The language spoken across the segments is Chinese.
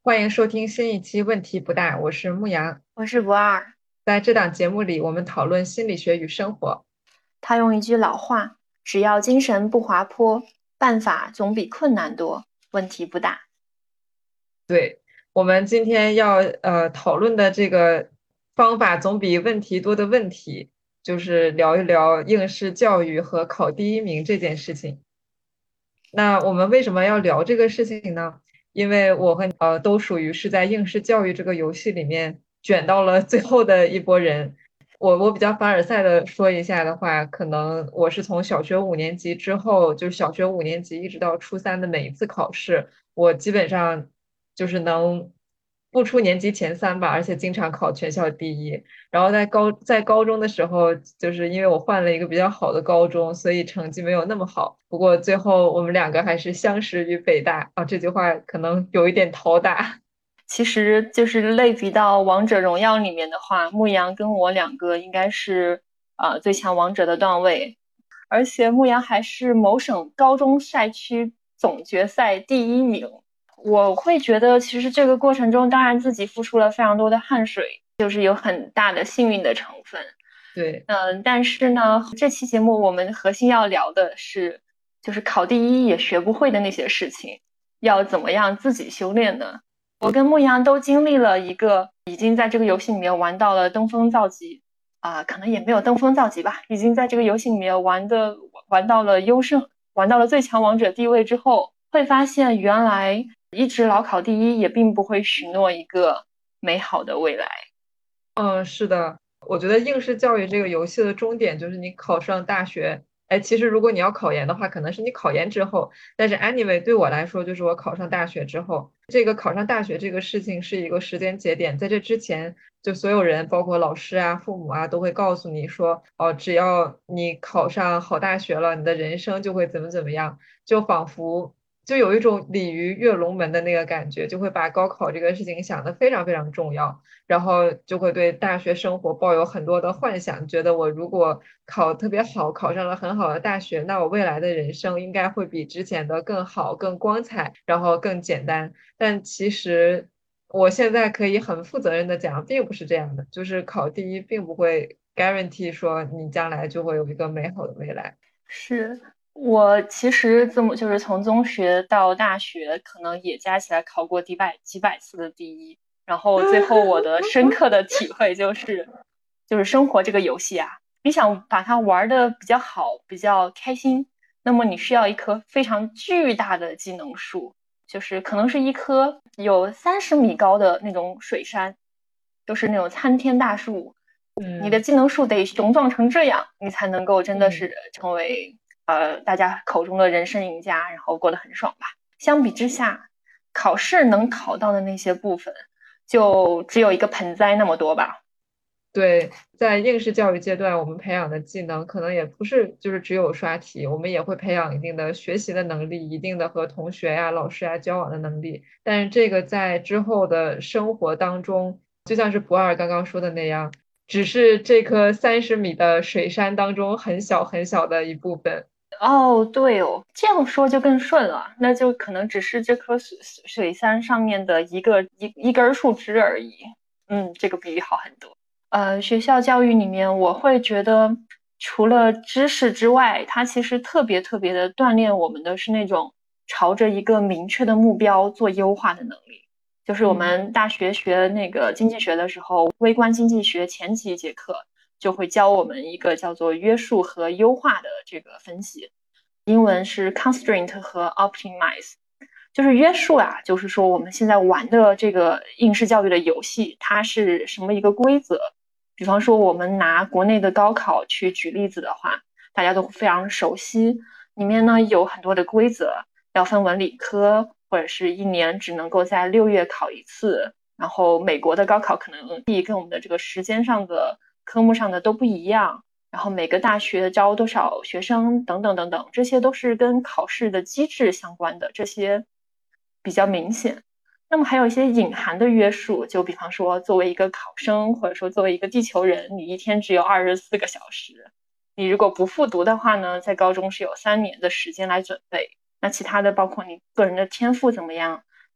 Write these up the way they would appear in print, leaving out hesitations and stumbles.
欢迎收听新一期《问题不大》，我是牧羊。 我是不二。 在这档节目里，我们讨论心理学与生活。 他用一句老话：“只要精神不滑坡，办法总比困难多，问题不大。” 对，我们今天要讨论的这个方法总比问题多的问题，就是聊一聊应试教育和考第一名这件事情。那我们为什么要聊这个事情呢？因为我和都属于是在应试教育这个游戏里面卷到了最后的一波人。我比较凡尔赛的说一下的话，可能我是从小学五年级之后，就是小学五年级一直到初三的每一次考试，我基本上就是能不出年级前三吧，而且经常考全校第一。然后在高中的时候，就是因为我换了一个比较好的高中，所以成绩没有那么好。不过最后我们两个还是相识于北大啊，这句话可能有一点讨打。 其实就是类比到王者荣耀里面的话，牧羊跟我两个应该是最强王者的段位，而且牧羊还是某省高中赛区总决赛第一名。我会觉得，其实这个过程中，当然自己付出了非常多的汗水，就是有很大的幸运的成分。 对， 但是呢，这期节目我们核心要聊的是，就是考第一也学不会的那些事情，要怎么样自己修炼呢？我跟牧羊都经历了一个已经在这个游戏里面玩到了登峰造极可能也没有登峰造极吧，已经在这个游戏里面玩到了优胜，玩到了最强王者地位之后，会发现原来一直老考第一也并不会许诺一个美好的未来。 嗯，是的，我觉得应试教育这个游戏的终点就是你考上大学。哎，其实如果你要考研的话，可能是你考研之后。但是 anyway，对我来说，就是我考上大学之后，这个考上大学这个事情是一个时间节点。在这之前，就所有人，包括老师啊、父母啊，都会告诉你说，哦，只要你考上好大学了，你的人生就会怎么怎么样，就仿佛就有一种鲤鱼跃龙门的那个感觉，就会把高考这个事情想得非常非常重要。然后就会对大学生活抱有很多的幻想，觉得我如果考特别好，考上了很好的大学，那我未来的人生应该会比之前的更好、更光彩，然后更简单。但其实我现在可以很负责任的讲，并不是这样的，就是考第一并不会 guarantee 说你将来就会有一个美好的未来。 是我其实这么就是从中学到大学，可能也加起来考过几百次的第一。然后最后我的深刻的体会就是，就是生活这个游戏啊，你想把它玩的比较好、比较开心，那么你需要一棵非常巨大的技能树，就是可能是一棵有30米高的那种水杉，就是那种参天大树。你的嗯技能树得雄壮成这样，你才能够真的嗯。 是成为大家口中的人生赢家，然后过得很爽吧。相比之下，考试能考到的那些部分，就只有一个盆栽那么多吧。 对，在应试教育阶段，我们培养的技能可能也不是就是只有刷题，我们也会培养一定的学习的能力，一定的和同学呀、老师呀交往的能力。但是这个在之后的生活当中，就像是博尔刚刚说的那样，只是这棵30米的水杉当中很小很小的一部分。 哦，对哦，这样说就更顺了，那就可能只是这棵水杉上面的一根树枝而已。这个比喻好很多。学校教育里面，我会觉得除了知识之外，它其实特别特别的锻炼我们的是那种朝着一个明确的目标做优化的能力。就是我嗯。 们大学学那个经济学的时候，微观经济学前几节课就会教我们一个叫做约束和优化的这个分析，英文是 constraint 和 optimize。就是约束啊，就是说我们现在玩的这个应试教育的游戏，它是什么一个规则？比方说，我们拿国内的高考去举例子的话，大家都非常熟悉，里面呢有很多的规则，要分文理科，或者是一年只能够在6月考一次。然后美国的高考可能跟我们的这个时间上的科目上的都不一样，然后每个大学招多少学生等等等等，这些都是跟考试的机制相关的，这些比较明显。那么还有一些隐含的约束，就比方说，作为一个考生，或者说作为一个地球人，你一天只有24个小时。你如果不复读的话呢，在高中是有3年的时间来准备。那其他的包括你个人的天赋怎么样，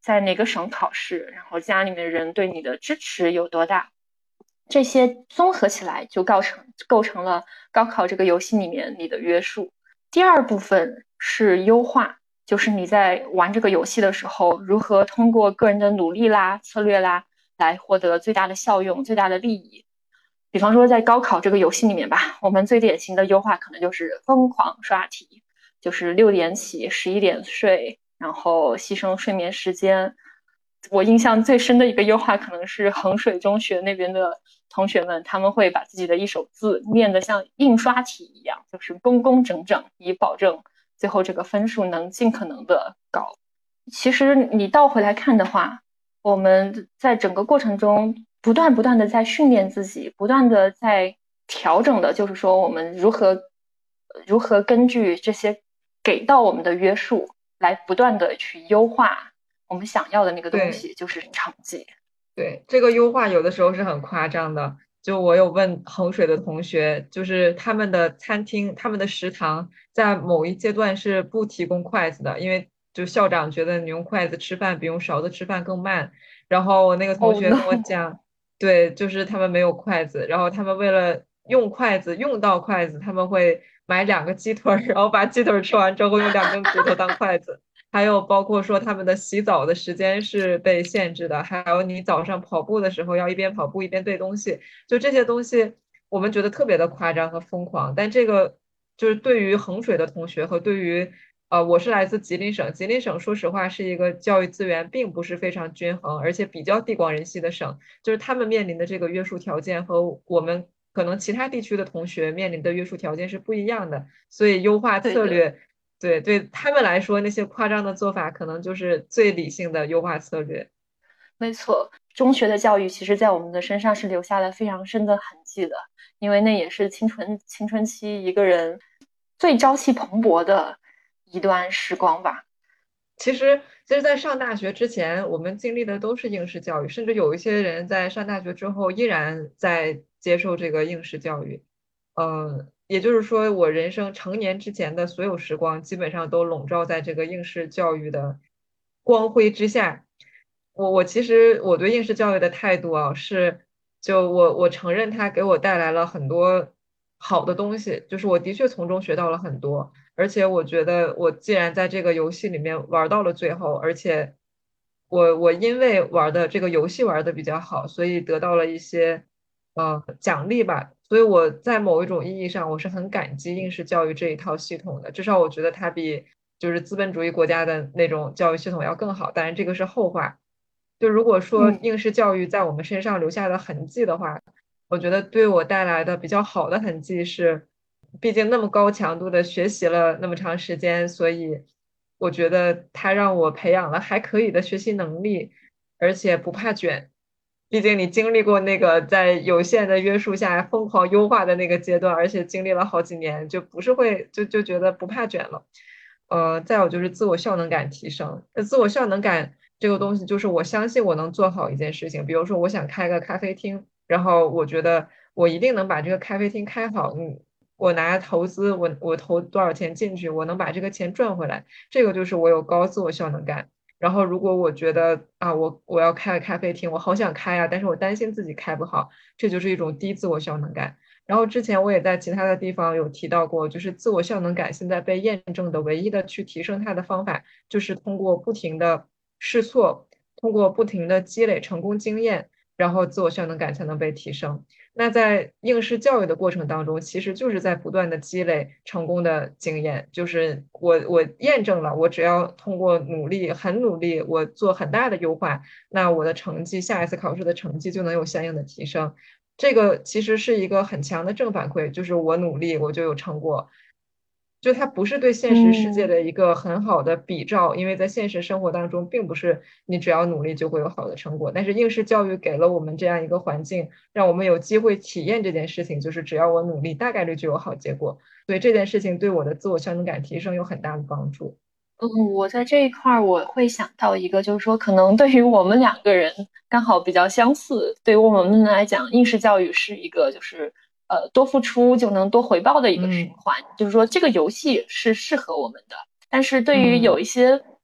在哪个省考试，然后家里面的人对你的支持有多大，这些综合起来就构成了高考这个游戏里面你的约束。第二部分是优化，就是你在玩这个游戏的时候，如何通过个人的努力啦、策略啦，来获得最大的效用、最大的利益。比方说在高考这个游戏里面吧，我们最典型的优化可能就是疯狂刷题，就是6点起11点睡，然后牺牲睡眠时间。我印象最深的一个优化可能是衡水中学那边的同学们，他们会把自己的一手字念得像印刷体一样，就是工工整整，以保证最后这个分数能尽可能的高。其实你倒回来看的话，我们在整个过程中不断的在训练自己，不断的在调整的，就是说我们如何根据这些给到我们的约束，来不断的去优化我们想要的那个东对西，就是成绩。 对，这个优化有的时候是很夸张的。就我有问衡水的同学，就是他们的餐厅、他们的食堂在某一阶段是不提供筷子的，因为就校长觉得你用筷子吃饭比用勺子吃饭更慢。然后我那个同 Oh 学跟我 no！ 讲，对，就是他们没有筷子，然后他们为了用筷子用到筷子，他们会买2个鸡腿儿，然后把鸡腿儿吃完之后用2根骨头当筷子。还有包括说他们的洗澡的时间是被限制的，还有你早上跑步的时候要一边跑步一边对东西，就这些东西我们觉得特别的夸张和疯狂。但这个就是对于衡水的同学和对于我是来自吉林省，吉林省说实话是一个教育资源并不是非常均衡，而且比较地广人稀的省，就是他们面临的这个约束条件和我们可能其他地区的同学面临的约束条件是不一样的，所以优化对的， 策略。对对，他们来说，那些夸张的做法可能就是最理性的优化策略。 没错，中学的教育其实在我们的身上是留下了非常深的痕迹的，因为那也是青春期一个人最朝气蓬勃的一段时光吧。 其实，在上大学之前，我们经历的都是应试教育，甚至有一些人在上大学之后依然在接受这个应试教育。也就是说，我人生成年之前的所有时光，基本上都笼罩在这个应试教育的光辉之下。其实我对应试教育的态度啊，是就我承认它给我带来了很多好的东西，就是我的确从中学到了很多。而且我觉得，我既然在这个游戏里面玩到了最后，而且我因为玩的这个游戏玩的比较好，所以得到了一些奖励吧。所以我在某一种意义上，我是很感激应试教育这一套系统的。至少我觉得它比就是资本主义国家的那种教育系统要更好。当然，这个是后话。就如果说嗯。 应试教育在我们身上留下的痕迹的话，我觉得对我带来的比较好的痕迹是，毕竟那么高强度的学习了那么长时间，所以我觉得它让我培养了还可以的学习能力，而且不怕卷。毕竟你经历过那个在有限的约束下疯狂优化的那个阶段，而且经历了好几年，就不是会就觉得不怕卷了。再有就是自我效能感提升。自我效能感这个东西，就是我相信我能做好一件事情。比如说，我想开个咖啡厅，然后我觉得我一定能把这个咖啡厅开好。我拿投资，我投多少钱进去，我能把这个钱赚回来。这个就是我有高自我效能感。然后，如果我觉得啊，我要开个咖啡厅，我好想开啊，但是我担心自己开不好，这就是一种低自我效能感。然后之前我也在其他的地方有提到过，就是自我效能感现在被验证的唯一的去提升它的方法，就是通过不停的试错，通过不停的积累成功经验，然后自我效能感才能被提升。那在应试教育的过程当中，其实就是在不断的积累成功的经验，就是我验证了，我只要通过努力，很努力，我做很大的优化，那我的成绩，下一次考试的成绩就能有相应的提升。这个其实是一个很强的正反馈，就是我努力我就有成果，就它不是对现实世界嗯。 的一个很好的比照，因为在现实生活当中，并不是你只要努力就会有好的成果，但是应试教育给了我们这样一个环境，让我们有机会体验这件事情，就是只要我努力，大概率就有好结果，所以这件事情对我的自我效能感提升有很大的帮助。 我在这一块儿我会想到一个，就是说，可能对于我们两个人刚好比较相似，对于我们来讲，应试教育是一个就是多付出就能多回报的一个循嗯环，就是说这个游戏是适合我们的。但是对于有嗯一些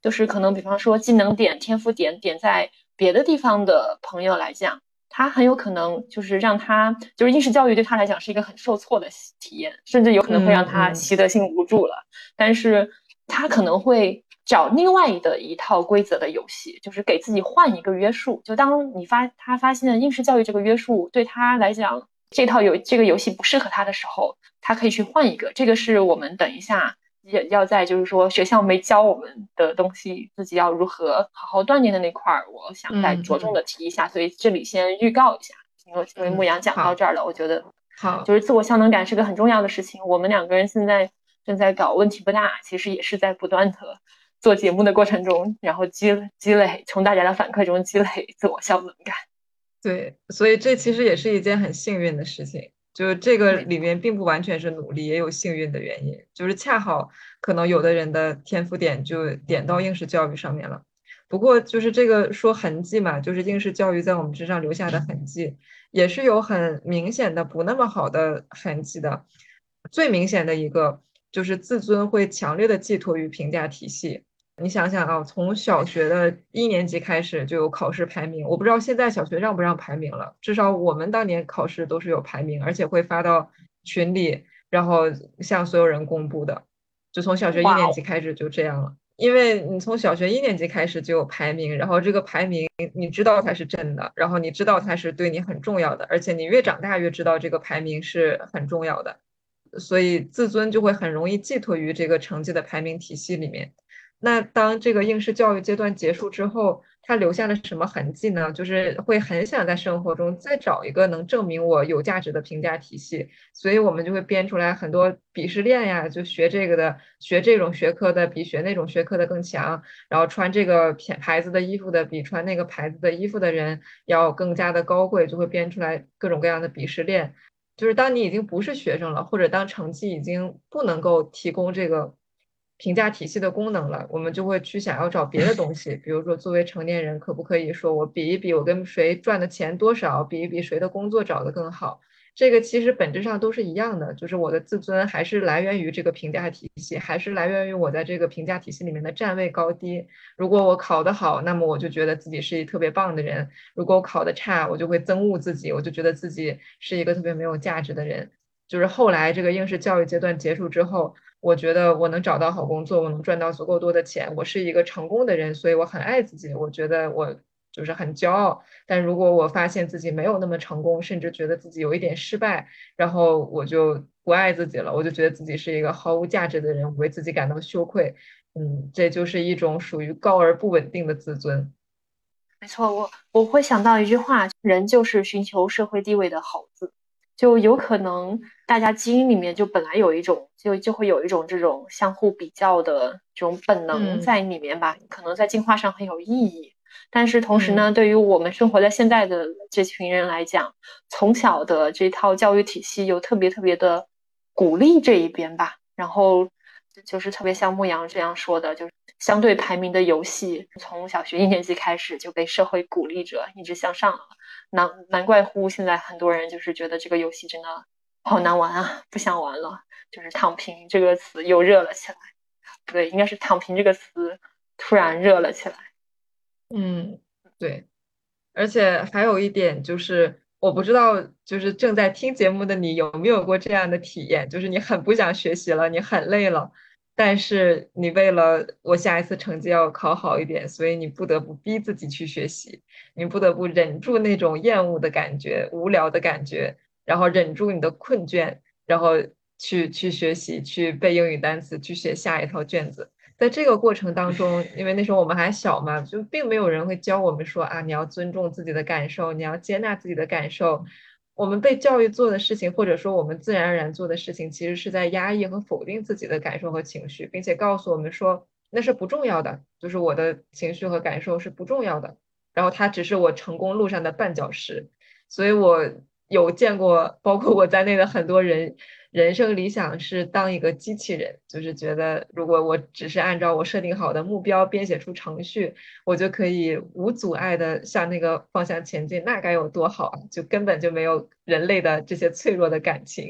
就是可能比方说技能点、天赋点在别的地方的朋友来讲，他很有可能就是让他就是应试教育对他来讲是一个很受挫的体验，甚至有可能会让他嗯嗯习得性无助了。但是他可能会找另外的一套规则的游戏，就是给自己换一个约束。就当他发现应试教育这个约束对他来讲，这个游戏不适合他的时候，他可以去换一个。这个是我们等一下也要在就是说学校没教我们的东西，自己要如何好好锻炼的那块儿，我想再着重嗯嗯的提一下。所以这里先预告一下，因为牧嗯， 羊讲到好， 这儿了，我觉得好。 就是自我效能感是个很重要的事情。我们两个人现在正在搞问题不大，其实也是在不断的做节目的过程中，然后积累，从大家的反馈中积累自我效能感。 对，所以这其实也是一件很幸运的事情。就这个没错， 里面并不完全是努力，也有幸运的原因。就是恰好可能有的人的天赋点就点到应试教育上面了。不过就是这个说痕迹嘛，就是应试教育在我们身上留下的痕迹，也是有很明显的不那么好的痕迹的。最明显的一个就是自尊会强烈的寄托于评价体系。你想想啊，从小学的1年级开始就有考试排名，我不知道现在小学让不让排名了。至少我们当年考试都是有排名，而且会发到群里，然后向所有人公布的。就从小学一哇哦， 年级开始就这样了，因为你从小学一年级开始就有排名，然后这个排名你知道它是真的，然后你知道它是对你很重要的，而且你越长大越知道这个排名是很重要的，所以自尊就会很容易寄托于这个成绩的排名体系里面。那当这个应试教育阶段结束之后，他留下了什么痕迹呢？就是会很想在生活中再找一个能证明我有价值的评价体系，所以我们就会编出来很多鄙视链呀，就学这个的，学这种学科的比学那种学科的更强，然后穿这个牌子的衣服的比穿那个牌子的衣服的人要更加的高贵，就会编出来各种各样的鄙视链。就是当你已经不是学生了，或者当成绩已经不能够提供这个评价体系的功能了，我们就会去想要找别的东西，比如说作为成年人，可不可以说我比一比我跟谁赚的钱多少，比一比谁的工作找得更好。这个其实本质上都是一样的，就是我的自尊还是来源于这个评价体系，还是来源于我在这个评价体系里面的站位高低。如果我考得好，那么我就觉得自己是一特别棒的人；如果我考得差，我就会憎恶自己，我就觉得自己是一个特别没有价值的人。就是后来这个应试教育阶段结束之后，我觉得我能找到好工作，我能赚到足够多的钱，我是一个成功的人，所以我很爱自己，我觉得我就是很骄傲。但如果我发现自己没有那么成功，甚至觉得自己有一点失败，然后我就不爱自己了，我就觉得自己是一个毫无价值的人，我为自己感到羞愧。这就是一种属于高而不稳定的自尊。 没错，我会想到一句话，人就是寻求社会地位的猴子，就有可能大家基因里面就本来有一种，就会有一种这种相互比较的这种本能嗯在里面吧，可能在进化上很有意义。但是同时嗯呢，对于我们生活在现在的这群人来讲，从小的这套教育体系又特别的鼓励这一边吧，然后就是特别像牧羊这样说的，就是相对排名的游戏，从小学1年级开始就被社会鼓励着一直向上了。难怪乎现在很多人就是觉得这个游戏真的好难玩啊，不想玩了。就是“躺平”这个词又热了起来，不对，应该是“躺平”这个词突然热了起来。 嗯，对。而且还有一点就是，我不知道，就是正在听节目的你有没有过这样的体验，就是你很不想学习了，你很累了，但是你为了我下一次成绩要考好一点，所以你不得不逼自己去学习，你不得不忍住那种厌恶的感觉、无聊的感觉，然后忍住你的困倦，然后去学习，去背英语单词，去写下一套卷子。在这个过程当中，因为那时候我们还小嘛，就并没有人会教我们说啊，你要尊重自己的感受，你要接纳自己的感受。我们被教育做的事情，或者说我们自然而然做的事情，其实是在压抑和否定自己的感受和情绪，并且告诉我们说那是不重要的，就是我的情绪和感受是不重要的，然后它只是我成功路上的绊脚石。所以我有见过，包括我在内的很多人，人生理想是当一个机器人，就是觉得如果我只是按照我设定好的目标编写出程序，我就可以无阻碍的向那个方向前进，那该有多好啊！就根本就没有人类的这些脆弱的感情。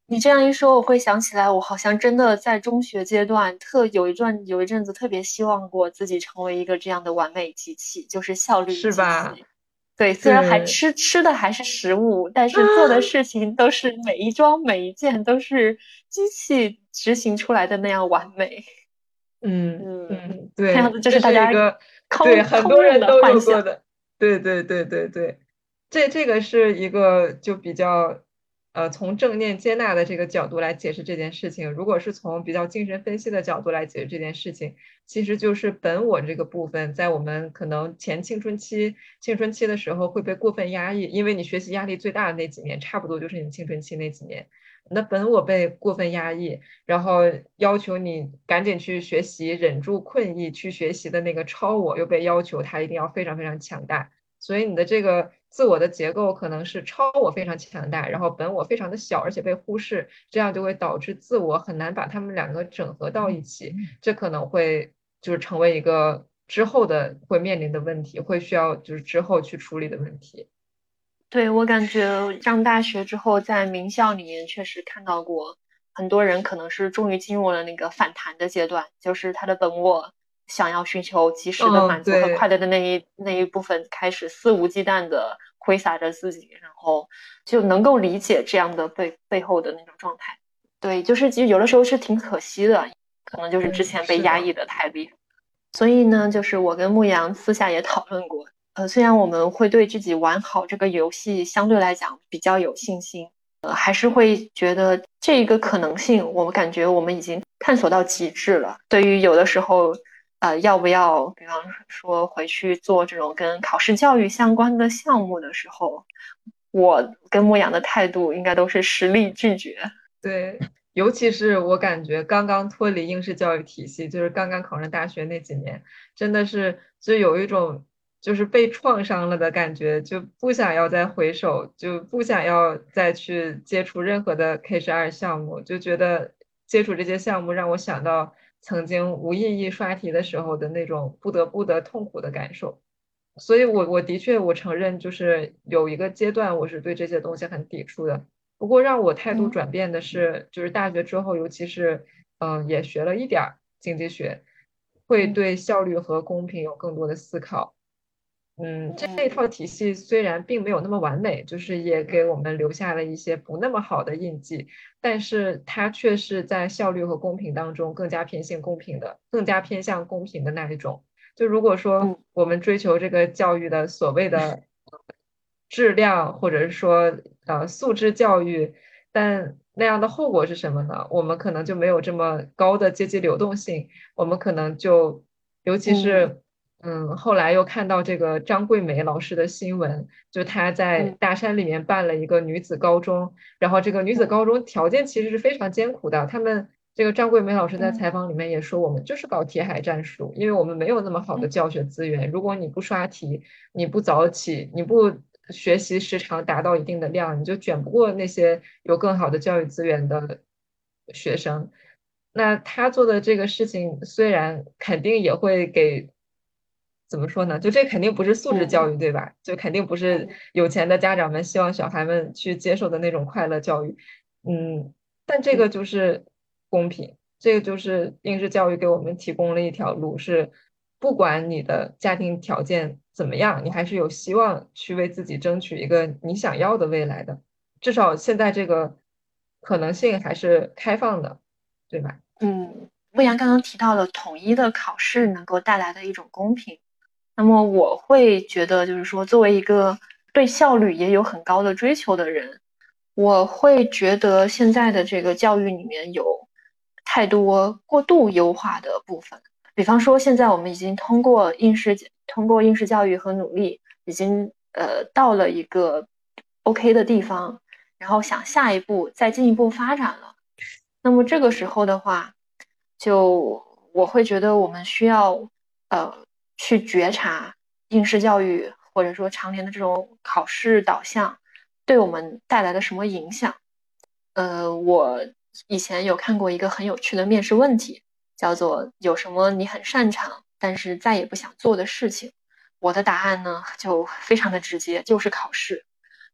你这样一说，我会想起来，我好像真的在中学阶段有一阵子特别希望过自己成为一个这样的完美机器，就是效率是机吧？ 器。对，虽然还对吃的还是食物，但是做的啊， 事情都是每一桩每一件都是机器执行出来的那样完美。嗯，看样子对，这这是大家是一个对空很多空洞的人都幻想。 有过的，对，这个是一个就比较从正念接纳的这个角度来解释这件事情。如果是从比较精神分析的角度来解释这件事情，其实就是本我这个部分，在我们可能前青春期的时候会被过分压抑，因为你学习压力最大的那几年，差不多就是你青春期那几年。那本我被过分压抑，然后要求你赶紧去学习，忍住困意去学习的那个超我，又被要求他一定要非常非常强大，所以你的这个自我的结构可能是超我非常强大，然后本我非常的小，而且被忽视，这样就会导致自我很难把他们两个整合到一起，这可能会就是成为一个之后的会面临的问题，会需要就是之后去处理的问题。 对，我感觉上大学之后，在名校里面确实看到过很多人，可能是终于进入了那个反弹的阶段，就是他的本我想要寻求及时的嗯， 满足和快对， 乐的那一部分开始肆无忌惮的挥洒着自己，然后就能够理解这样的背后的那种状态。对，就是其实有的时候是挺可惜的，可能就是之前被是的。 压抑的太厉害。所以呢，就是我跟牧羊私下也讨论过，虽然我们会对自己玩好这个游戏相对来讲比较有信心，还是会觉得这一个可能性，我们感觉我们已经探索到极致了。对于有的时候，要不要，比方说回去做这种跟考试教育相关的项目的时候，我跟牧羊的态度应该都是实力拒绝。 对，尤其是我感觉刚刚脱离应试教育体系，就是刚刚考上大学那几年，真的是就有一种就是被创伤了的感觉，就不想要再回首，就不想要再去接触任何的 K12项目，就觉得接触这些项目让我想到曾经无意义刷题的时候的那种不得不的痛苦的感受。所以我的确我承认，就是有一个阶段我是对这些东西很抵触的。不过让我态度嗯转变的是，就是大学之后，尤其是也学了一点儿经济学，会嗯对效率和公平有更多的思考。这一嗯套体系虽然并没有那么完美，就是也给我们留下了一些不那么好的印记，但是它却是在效率和公平当中更加偏向公平的，更加偏向公平的那一种。就如果说嗯我们追求这个教育的所谓的质量，或者是说素质教育，但那样的后果是什么呢？我们可能就没有这么高的阶级流动性，我们可能就，尤其嗯是后来又看到这个张桂梅老师的新闻，就她在嗯大山里面办了一个女子高中，然后这个女子嗯高中条件其实是非常艰苦的，他们。这个张桂梅老师在嗯采访里面也说，我们就是搞铁海战术，因为我们没有那么好的嗯教学资源。如果你不刷题，你不早起，你不学习时长达到一定的量，你就卷不过那些有更好的教育资源的学生。那他做的这个事情，虽然肯定也会给，怎么说呢？就这肯定不是素质教嗯育，对吧？就肯定不是嗯有钱的家长们希望小孩们去接受的那种快乐教育。嗯，但这个嗯就是公平。这个就是应试教育给我们提供了一条路，是不管你的家庭条件怎么样，你还是有希望去为自己争取一个你想要的未来的。至少现在这个可能性还是开放的，对吧？ 牧羊刚刚提到了统一的考试能够带来的一种公平，那么我会觉得，就是说，作为一个对效率也有很高的追求的人，我会觉得现在的这个教育里面有太多过度优化的部分。比方说，现在我们已经通过应试教育和努力，已经到了一个 OK 的地方，然后想下一步再进一步发展了。那么这个时候的话，就我会觉得我们需要呃去觉察应试教育或者说常年的这种考试导向对我们带来的什么影响。我以前有看过一个很有趣的面试问题，叫做有什么你很擅长但是再也不想做的事情？我的答案呢就非常的直接，就是考试。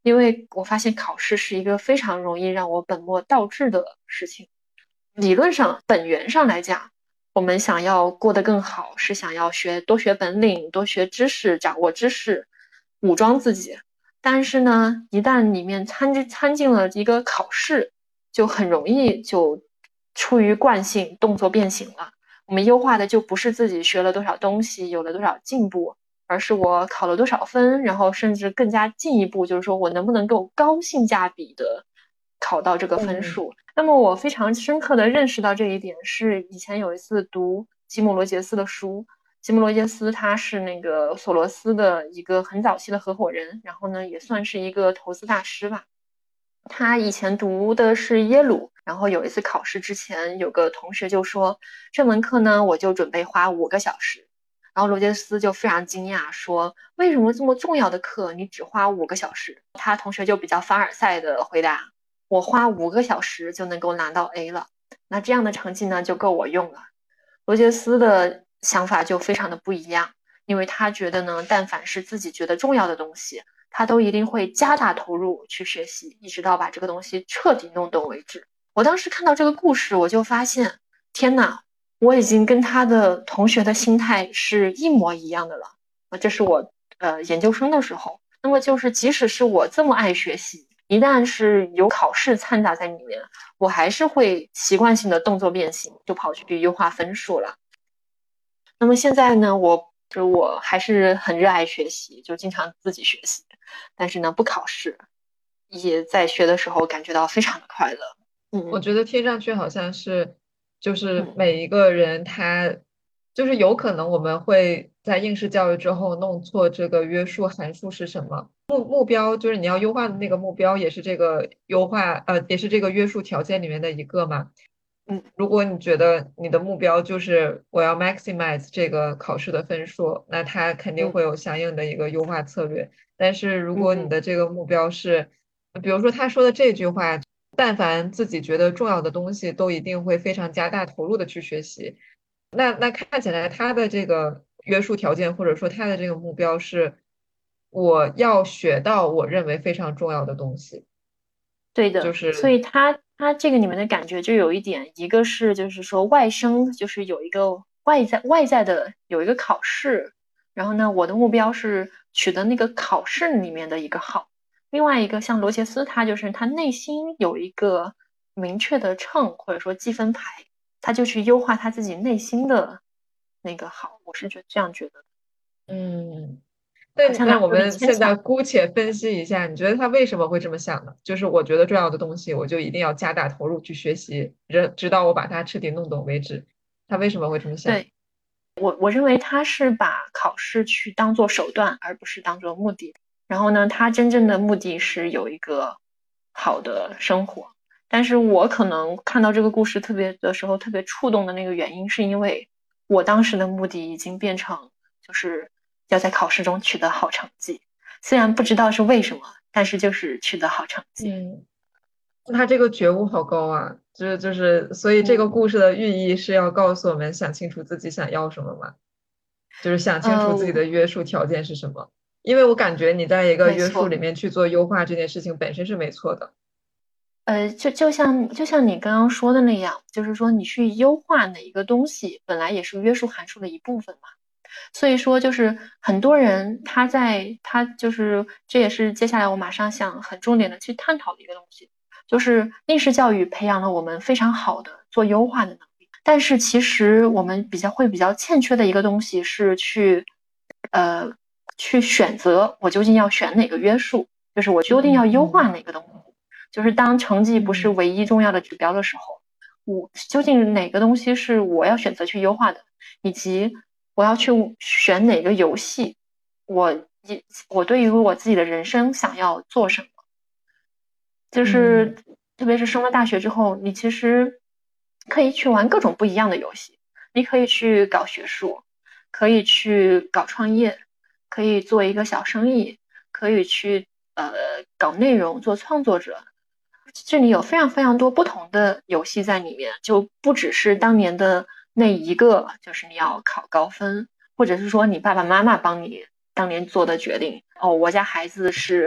因为我发现考试是一个非常容易让我本末倒置的事情。理论上本源上来讲，我们想要过得更好，是想要多学本领，多学知识，掌握知识，武装自己。但是呢，一旦里面掺进了一个考试，就很容易就出于惯性动作变形了。我们优化的就不是自己学了多少东西，有了多少进步，而是我考了多少分，然后甚至更加进一步，就是说我能不能够高性价比的考到这个分嗯数。那么我非常深刻的认识到这一点，是以前有一次读吉姆罗杰斯的书。吉姆罗杰斯他是那个索罗斯的一个很早期的合伙人，然后呢也算是一个投资大师吧。他以前读的是耶鲁，然后有一次考试之前，有个同学就说这门课呢我就准备花5个小时，然后罗杰斯就非常惊讶说为什么这么重要的课你只花5个小时？他同学就比较凡尔赛的回答，我花5个小时就能够拿到 A 了，那这样的成绩呢就够我用了。罗杰斯的想法就非常的不一样，因为他觉得呢，但凡是自己觉得重要的东西，他都一定会加大投入去学习，一直到把这个东西彻底弄懂为止。我当时看到这个故事，我就发现，天哪，我已经跟他的同学的心态是一模一样的了。这是我研究生的时候，那么就是即使是我这么爱学习，一旦是有考试掺杂在里面，我还是会习惯性的动作变形，就跑去优化分数了。那么现在呢，我还是很热爱学习，就经常自己学习，但是呢不考试，也在学的时候感觉到非常的快乐。嗯我觉得听上去好像是，就是嗯每一个人他，就是有可能我们会在应试教育之后弄错这个约束函数是什么，目标就是你要优化的那个目标也是这个优化，也是这个约束条件里面的一个嘛。 嗯如果你觉得你的目标就是我要 maximize 这个考试的分数，那它肯定嗯会有相应的一个优化策略。但是如果你嗯嗯， 的这个目标是，比如说他说的这句话，但凡自己觉得重要的东西，都一定会非常加大投入的去学习。那看起来他的这个约束条件，或者说他的这个目标是，我要学到我认为非常重要的东西， 对的。所就是以他这个里面的感觉就有一点，一个是就是说外生，就是有一个外在的有一个考试，然后呢，我的目标是取得那个考试里面的一个好。另外一个像罗杰斯，他就是他内心有一个明确的秤或者说积分牌，他就去优化他自己内心的那个好。我是这样觉得的， 嗯。 好但那我像哪里有点们现在牵强。 姑且分析一下，你觉得他为什么会这么想呢？就是我觉得重要的东西，我就一定要加大投入去学习，直到我把它彻底弄懂为止。他为什么会这么想？ 对。我认为他是把考试去当做手段，而不是当做目的。然后呢，他真正的目的是有一个好的生活。但是我可能看到这个故事特别的时候，特别触动的那个原因，是因为我当时的目的已经变成就是要在考试中取得好成绩，虽然不知道是为什么，但是就是取得好成绩。 嗯，他这个觉悟好高啊！所以这个嗯故事的寓意是要告诉我们想清楚自己想要什么嘛，就是想清楚自己的嗯， 约束条件是什么。因为我感觉你在一个约束没错。 里面去做优化这件事情本身是没错的。 就像你刚刚说的那样，就是说你去优化哪一个东西，本来也是约束函数的一部分嘛。所以说，就是很多人他就是这也是接下来我马上想很重点的去探讨的一个东西，就是应试教育培养了我们非常好的做优化的能力，但是其实我们比较欠缺的一个东西是呃去选择我究竟要选哪个约束，就是我究竟要优化嗯嗯哪个东西。就是当成绩不是嗯唯一重要的指标的时候，我究竟哪个东西是我要选择去优化的，以及我要去选哪个游戏，我对于我自己的人生想要做什么，就嗯是特别是升了大学之后，你其实可以去玩各种不一样的游戏，你可以去搞学术，可以去搞创业，可以做一个小生意，可以去搞内容做创作者，这里有非常非常多不同的游戏在里面，就不只是当年的那一个，就是你要考高分，或者是说你爸爸妈妈帮你当年做的决定。哦，我家孩子是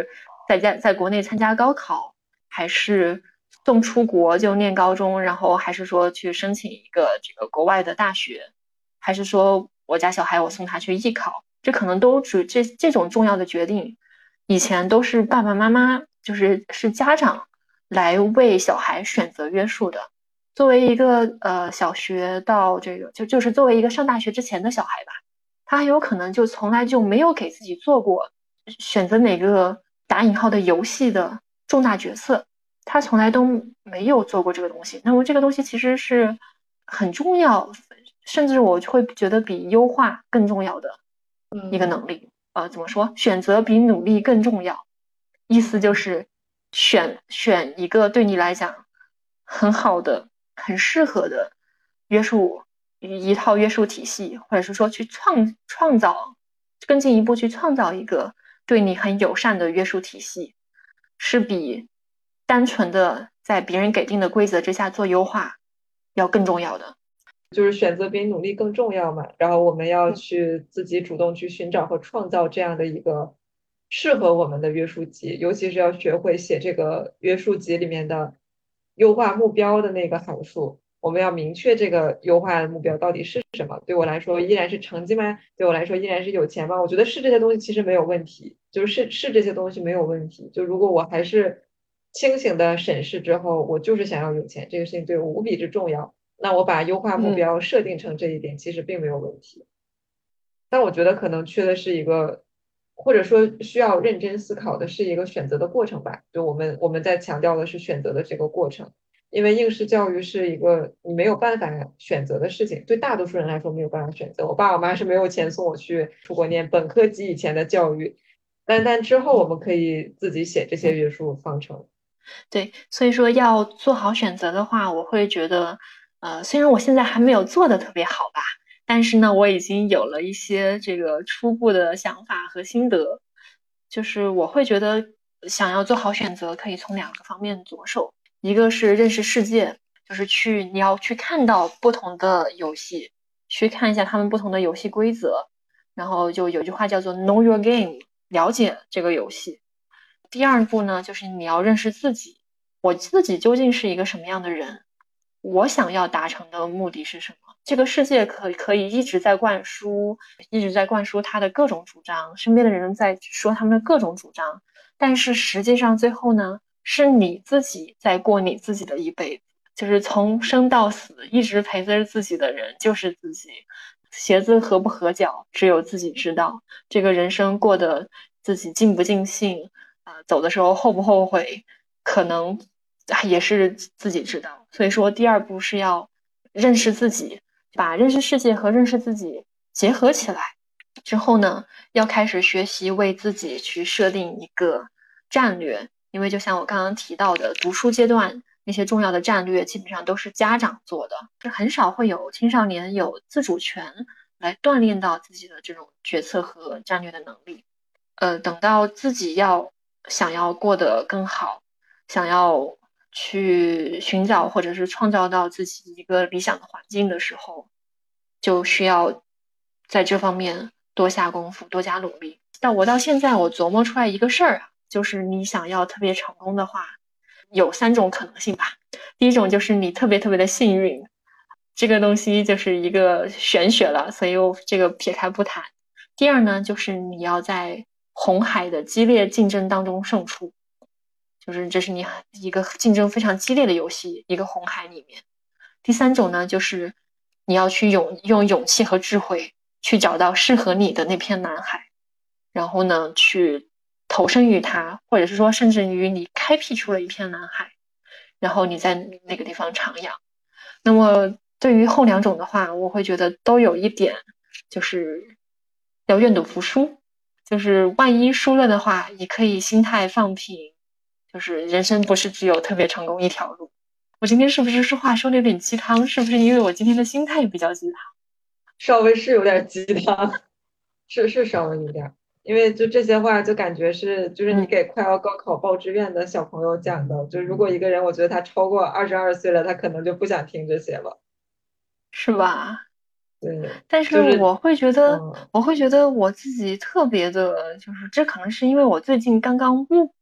在国内参加高考，还是送出国就念高中，然后还是说去申请一个这个国外的大学，还是说我家小孩我送他去艺考，这可能都这种重要的决定，以前都是爸爸妈妈是家长来为小孩选择约束的。作为一个小学到这个就是作为一个上大学之前的小孩吧，他很有可能就从来就没有给自己做过选择哪个打引号的游戏的重大决策，他从来都没有做过这个东西。那么这个东西其实是很重要，甚至我会觉得比优化更重要的一个能力。怎么说？选择比努力更重要，意思就是选一个对你来讲很好的、很适合的约束一套约束体系，或者是说去创造更进一步去创造一个对你很友善的约束体系，是比单纯的在别人给定的规则之下做优化要更重要的。 就是选择比努力更重要嘛。然后我们要去自己主动去寻找和创造这样的一个适合我们的约束集，尤其是要学会写这个约束集里面的优化目标的那个函数。我们要明确这个优化的目标到底是什么。对我来说，依然是成绩吗？对我来说，依然是有钱吗？我觉得是这些东西其实没有问题，就是这些东西没有问题。就如果我还是清醒的审视之后，我就是想要有钱，这个事情对我无比之重要。那我把优化目标设定成这一点，其实并没有问题。但我觉得可能缺的是一个，或者说需要认真思考的是一个选择的过程吧。就我们在强调的是选择的这个过程，因为应试教育是一个你没有办法选择的事情，对大多数人来说没有办法选择。我爸我妈是没有钱送我去出国念本科及以前的教育，但之后我们可以自己写这些约束方程。 对，所以说要做好选择的话，我会觉得，虽然我现在还没有做的特别好吧，但是呢，我已经有了一些这个初步的想法和心得。就是我会觉得，想要做好选择，可以从两个方面着手，一个是认识世界，就是你要去看到不同的游戏，去看一下他们不同的游戏规则，然后就有句话叫做 "Know your game"，了解这个游戏。第二步呢，就是你要认识自己，我自己究竟是一个什么样的人，我想要达成的目的是什么？这个世界可以一直在灌输他的各种主张，身边的人在说他们的各种主张，但是实际上最后呢，是你自己在过你自己的一辈子，就是从生到死一直陪着自己的人就是自己。鞋子合不合脚，只有自己知道。这个人生过得自己尽不尽兴，走的时候后不后悔，可能也是自己知道。所以说，第二步是要认识自己，把认识世界和认识自己结合起来。之后呢，要开始学习为自己去设定一个战略，因为就像我刚刚提到的，读书阶段那些重要的战略基本上都是家长做的，是很少会有青少年有自主权来锻炼到自己的这种决策和战略的能力。等到自己想要过得更好，想要去寻找或者是创造到自己一个理想的环境的时候，就需要在这方面多下功夫，多加努力。但我到现在我琢磨出来一个事儿啊，就是你想要特别成功的话，有三种可能性吧。第一种就是你特别特别的幸运，这个东西就是一个玄学了，所以我这个撇开不谈。第二呢，就是你要在红海的激烈竞争当中胜出，就是这是你一个竞争非常激烈的游戏，一个红海里面。第三种呢，就是你要去用勇气和智慧去找到适合你的那片蓝海，然后呢，去投身于它，或者是说，甚至于你开辟出了一片蓝海，然后你在那个地方徜徉。那么对于后两种的话，我会觉得都有一点，就是要愿赌服输，就是万一输了的话，也可以心态放平，就是人生不是只有特别成功一条路。我今天是不是说话说的有点鸡汤？是不是因为我今天的心态比较鸡汤？ 稍微是有点鸡汤，是稍微有点，因为就这些话就感觉就是你给快要高考报志愿的小朋友讲的，就如果一个人我觉得他超过22岁了，他可能就不想听这些了。 是吧？ 对， 但是就是我会觉得我自己特别的，就是这可能是因为我最近刚刚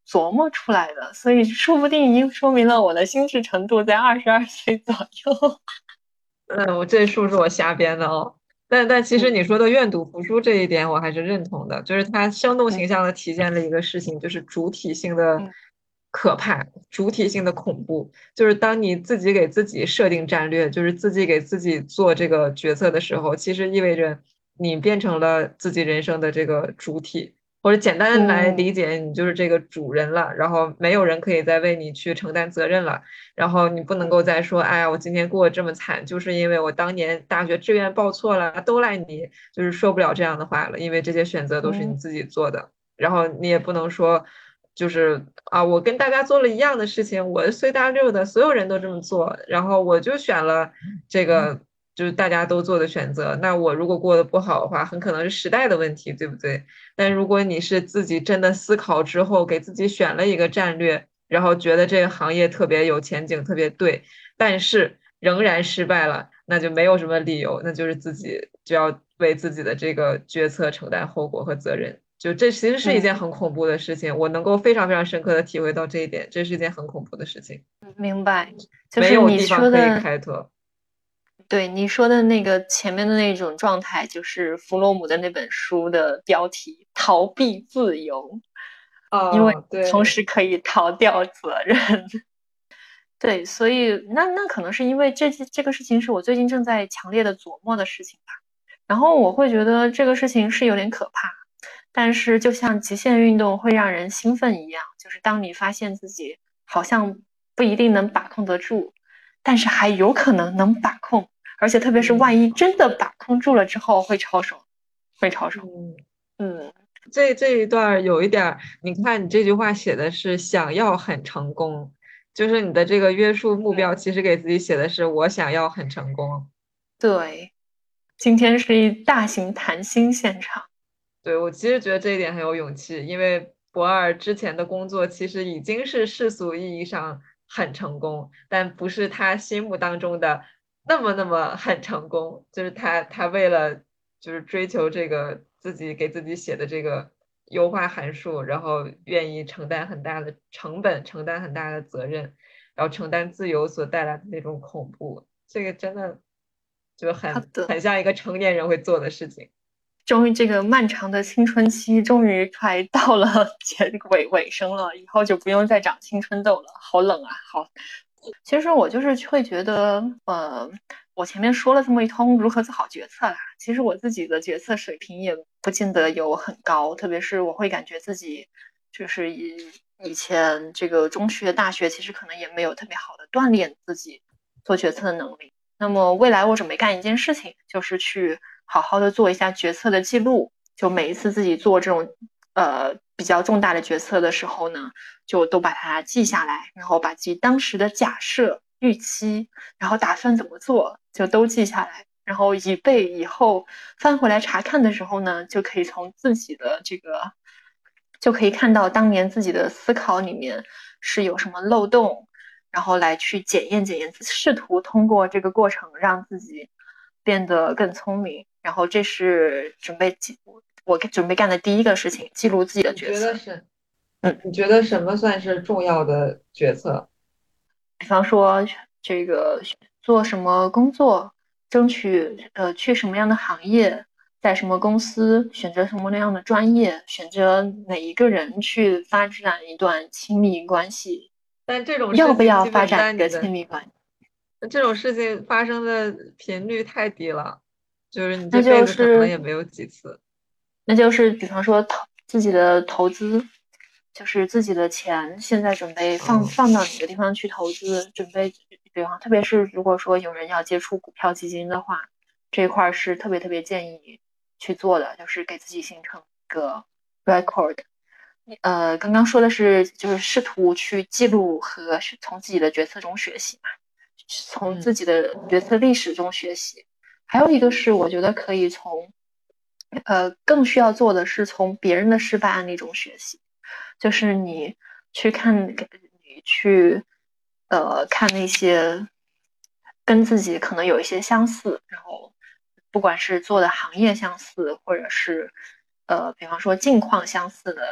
琢磨出来的，所以说不定已经说明了我的心智程度在22岁左右。 我这数是我瞎编的哦。但其实嗯你说的愿赌服输这一点，我还是认同的，就是它生动嗯形象的体现了一个事情，就是主体性的嗯可怕，主体性的恐怖。就是当你自己给自己设定战略，就是自己给自己做这个决策的时候，其实意味着你变成了自己人生的这个主体。或者简单来理嗯解，你就是这个主人了，然后没有人可以再为你去承担责任了。然后你不能够再说，哎呀，我今天过得这么惨，就是因为我当年大学志愿报错了，都赖你，就是说不了这样的话了，因为这些选择都是你嗯自己做的。然后你也不能说，就是啊，我跟大家做了一样的事情，我随大溜的，所有人都这么做，然后我就选了这个，就是大家都做的选择。那我如果过得不好的话，很可能是时代的问题，对不对？但如果你是自己真的思考之后，给自己选了一个战略。然后觉得这个行业特别有前景，特别对，但是仍然失败了，那就没有什么理由，那就是自己就要为自己的这个决策承担后果和责任。就这其实是一件嗯， 很恐怖的事情，我能够非常非常深刻的体会到这一点，这是一件很恐怖的事情， 明白，就没有是你地方可以说的， 开脱。 对你说的那个前面的那种状态，就是弗洛姆的那本书的标题"逃避自由"，因为哦，对， 同时可以逃掉责任。对，所以那可能是因为这个事情是我最近正在强烈的琢磨的事情吧。然后我会觉得这个事情是有点可怕，但是就像极限运动会让人兴奋一样，就是当你发现自己好像不一定能把控得住，但是还有可能能把控，而且特别是万嗯一真的把控住了之后，会超爽，会超爽。 嗯。 嗯， 这一段儿有一点儿，你看你这句话写的是想要很成功，就是你的这个约束目标，其实给自己写的是我想要很成功。 对，今天是一大型谈心现场。 对，我其实觉得这一点很有勇气，因为博二之前的工作其实已经是世俗意义上很成功，但不是他心目当中的那么很成功。就是他为了就是追求这个自己给自己写的这个优化函数，然后愿意承担很大的成本，承担很大的责任，然后承担自由所带来的那种恐怖，这个真的就好的。 很像一个成年人会做的事情。 终于这个漫长的青春期终于快到了尾声了，以后就不用再长青春痘了。好冷啊！好，其实我就是会觉得，我前面说了这么一通如何做好决策啦，其实我自己的决策水平也不见得有很高，特别是我会感觉自己就是以前这个中学、大学，其实可能也没有特别好的锻炼自己做决策的能力。那么未来我准备干一件事情，就是去好好的做一下决策的记录。就每一次自己做这种比较重大的决策的时候呢，就都把它记下来，然后把自己当时的假设、预期，然后打算怎么做，就都记下来，然后以备以后翻回来查看的时候呢，就可以从自己的这个，就可以看到当年自己的思考里面是有什么漏洞，然后来去检验检验，试图通过这个过程让自己变得更聪明。然后这是我准备干的第一个事情，记录自己的你决策。 觉得是？ 嗯， 你觉得什么算是重要的决策？ 比方说这个做什么工作，争取去什么样的行业，在什么公司选择什么那样的专业，选择哪一个人去发展一段亲密关系， 但这种事要不情基本要发展一个亲在你的密关系？ 这种事情发生的频率太低了，就是你这那就辈子可能是也没有几次。 比方说自己的投资，就是自己的钱现在准备嗯放到哪个地方去投资，准备比方特别是如果说有人要接触股票基金的话，这一块是特别特别建议去做的，就是给自己形成一个 record。刚刚说的是就是试图去记录和从自己的决策中学习嘛，从自嗯己的决策历史中学习。还有一个是我觉得可以更需要做的是从别人的失败案例中学习，就是你去看，你去看那些跟自己可能有一些相似，然后不管是做的行业相似，或者是比方说境况相似的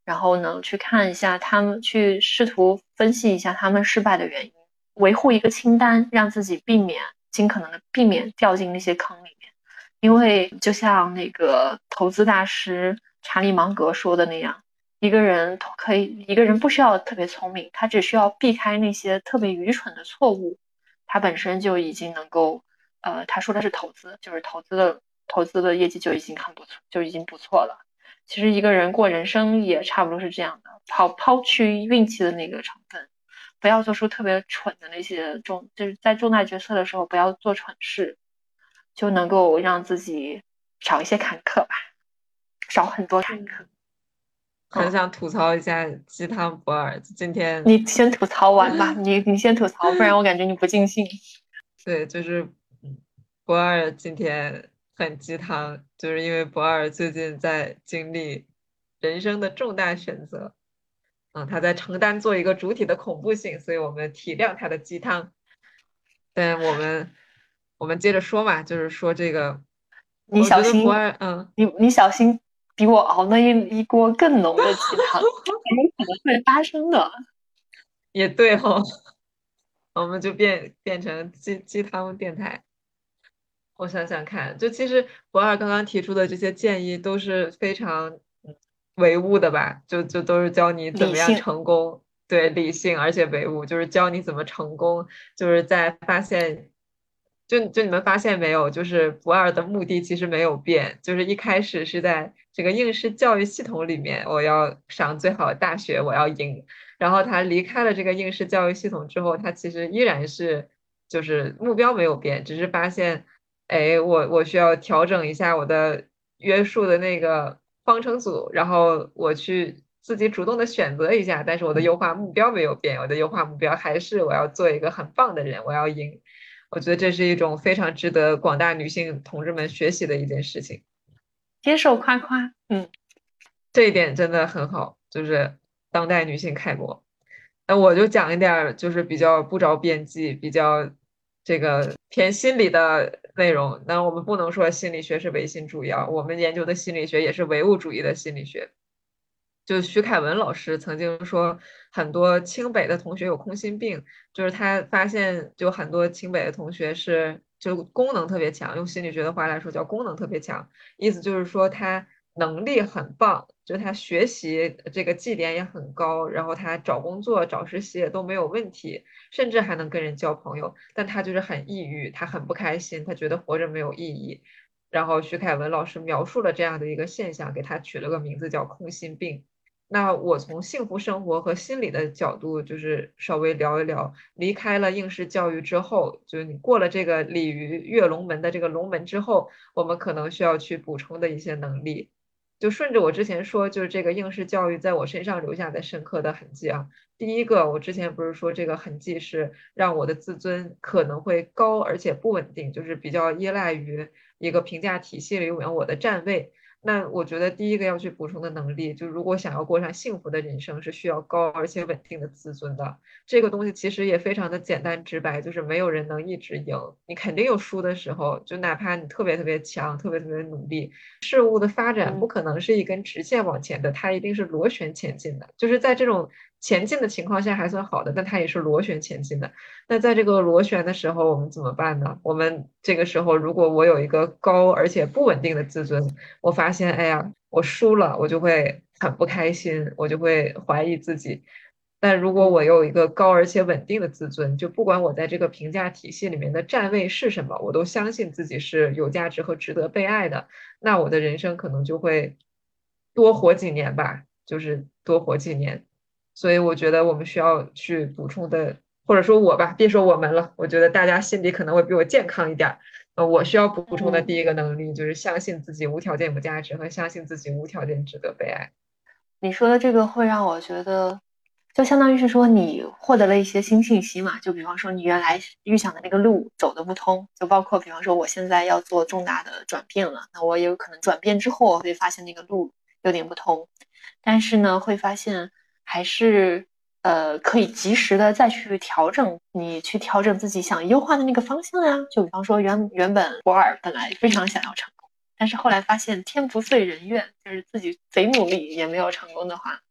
然后呢去看一下他们，去试图分析一下他们失败的原因，维护一个清单，让自己尽可能的避免掉进那些坑里面。因为就像那个投资大师查理芒格说的那样，一个人不需要特别聪明，他只需要避开那些特别愚蠢的错误，他本身就已经能够，他说的是投资，就是投资的业绩就已经很不错，就已经不错了。其实一个人过人生也差不多是这样的，抛去运气的那个成分，不要做出特别蠢的那些就是在重大决策的时候不要做蠢事，就能够让自己少一些坎坷吧，少很多坎坷。 很想吐槽一下鸡汤博尔，今天你先吐槽完吧，你先吐槽，不然我感觉你不尽兴。 对，就是博尔今天很鸡汤，就是因为博尔最近在经历人生的重大选择，他在承担做一个主体的恐怖性，所以我们体谅他的鸡汤。但我们接着说嘛，就是说这个， 你我觉得博小心， 尔， 你小心，比我熬那一锅更浓的鸡汤，很有可能会发生的。 也对哈，我们就变成鸡汤电台。我想想看，就其实博尔刚刚提出的这些建议都是非常唯物的吧，就都是教你怎么样理性， 成功，对，理性而且唯物，就是教你怎么成功，就是在发现，就你们发现没有，就是博尔的目的其实没有变，就是一开始是在这个应试教育系统里面，我要上最好的大学，我要赢，然后他离开了这个应试教育系统之后，他其实依然是就是目标没有变，只是发现。哎，我需要调整一下我的约束的那个方程组，然后我去自己主动的选择一下，但是我的优化目标没有变，我的优化目标还是我要做一个很棒的人，我要赢。我觉得这是一种非常值得广大女性同志们学习的一件事情， 接受夸夸， 这一点真的很好，就是当代女性楷模。那我就讲一点儿，就是比较不着边际、比较这个偏心理的内容。那我们不能说心理学是唯心主义啊，我们研究的心理学也是唯物主义的心理学。就徐凯文老师曾经说，很多清北的同学有空心病，就是他发现，就很多清北的同学是就功能特别强，用心理学的话来说叫功能特别强，意思就是说他能力很棒，就他学习这个绩点也很高，然后他找工作、找实习也都没有问题，甚至还能跟人交朋友，但他就是很抑郁，他很不开心，他觉得活着没有意义。然后徐凯文老师描述了这样的一个现象，给他取了个名字叫空心病。那我从幸福生活和心理的角度，就是稍微聊一聊，离开了应试教育之后，就是你过了这个鲤鱼跃龙门的这个龙门之后，我们可能需要去补充的一些能力。就顺着我之前说，就是这个应试教育在我身上留下的深刻的痕迹啊。第一个，我之前不是说这个痕迹是让我的自尊可能会高而且不稳定，就是比较依赖于一个评价体系里面我的站位。那我觉得第一个要去补充的能力，就如果想要过上幸福的人生，是需要高而且稳定的自尊的。这个东西其实也非常的简单直白，就是没有人能一直赢，你肯定有输的时候，就哪怕你特别特别强，特别特别努力，事物的发展不可能是一根直线往前的，它一定是螺旋前进的。就是在这种前进的情况下还算好的，但它也是螺旋前进的。那在这个螺旋的时候，我们怎么办呢？我们这个时候，如果我有一个高而且不稳定的自尊，我发现，哎呀，我输了，我就会很不开心，我就会怀疑自己。但如果我有一个高而且稳定的自尊，就不管我在这个评价体系里面的站位是什么，我都相信自己是有价值和值得被爱的，那我的人生可能就会多活几年吧，就是多活几年。所以我觉得我们需要去补充的，或者说我吧，别说我们了，我觉得大家心里可能会比我健康一点儿。我需要补充的第一个能力就是相信自己无条件有价值和相信自己无条件值得被爱。 你说的这个会让我觉得，就相当于是说你获得了一些新信息嘛，就比方说你原来预想的那个路走得不通，就包括比方说我现在要做重大的转变了，那我也有可能转变之后我会发现那个路有点不通，但是呢会发现还是可以及时的再去调整，你去调整自己想优化的那个方向呀，就比方说原本博尔本来非常想要成功。但是后来发现天不遂人愿，就是自己贼努力也没有成功的话，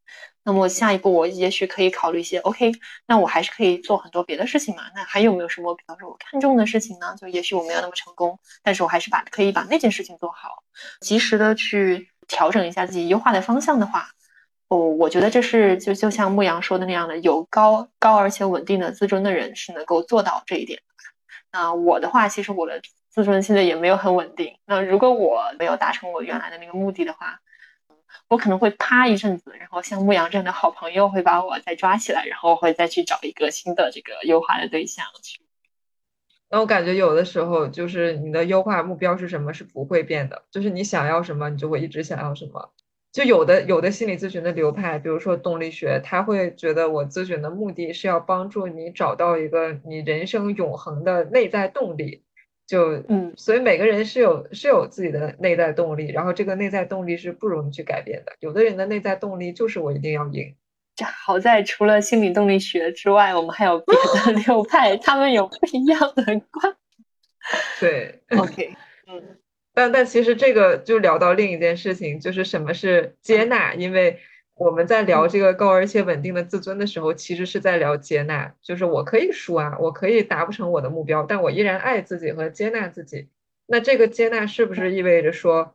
那么下一步我也许可以考虑一些 OK，那我还是可以做很多别的事情嘛。那还有没有什么比方说我看重的事情呢？就也许我没有那么成功，但是我还是可以把那件事情做好，及时的去调整一下自己优化的方向的话，我觉得这是就像牧羊说的那样的，有高而且稳定的自尊的人是能够做到这一点。那我的话，其实我的自尊现在也没有很稳定。那如果我没有达成我原来的那个目的的话，我可能会趴一阵子，然后像牧羊这样的好朋友会把我再抓起来，然后会再去找一个新的这个优化的对象去。 那我感觉有的时候就是你的优化目标是什么是不会变的，就是你想要什么，你就会一直想要什么。就有的心理咨询的流派，比如说动力学，他会觉得我咨询的目的是要帮助你找到一个你人生永恒的内在动力。就嗯， 所以每个人是有自己的内在动力，然后这个内在动力是不容易去改变的。有的人的内在动力就是我一定要赢。 这好在除了心理动力学之外，我们还有别的流派，他们有不一样的观。 对。 OK，嗯但其实这个就聊到另一件事情，就是什么是接纳。因为我们在聊嗯这个高而且稳定的自尊的时候，其实是在聊接纳。就是我可以输啊，我可以达不成我的目标，但我依然爱自己和接纳自己。那这个接纳是不是意味着说，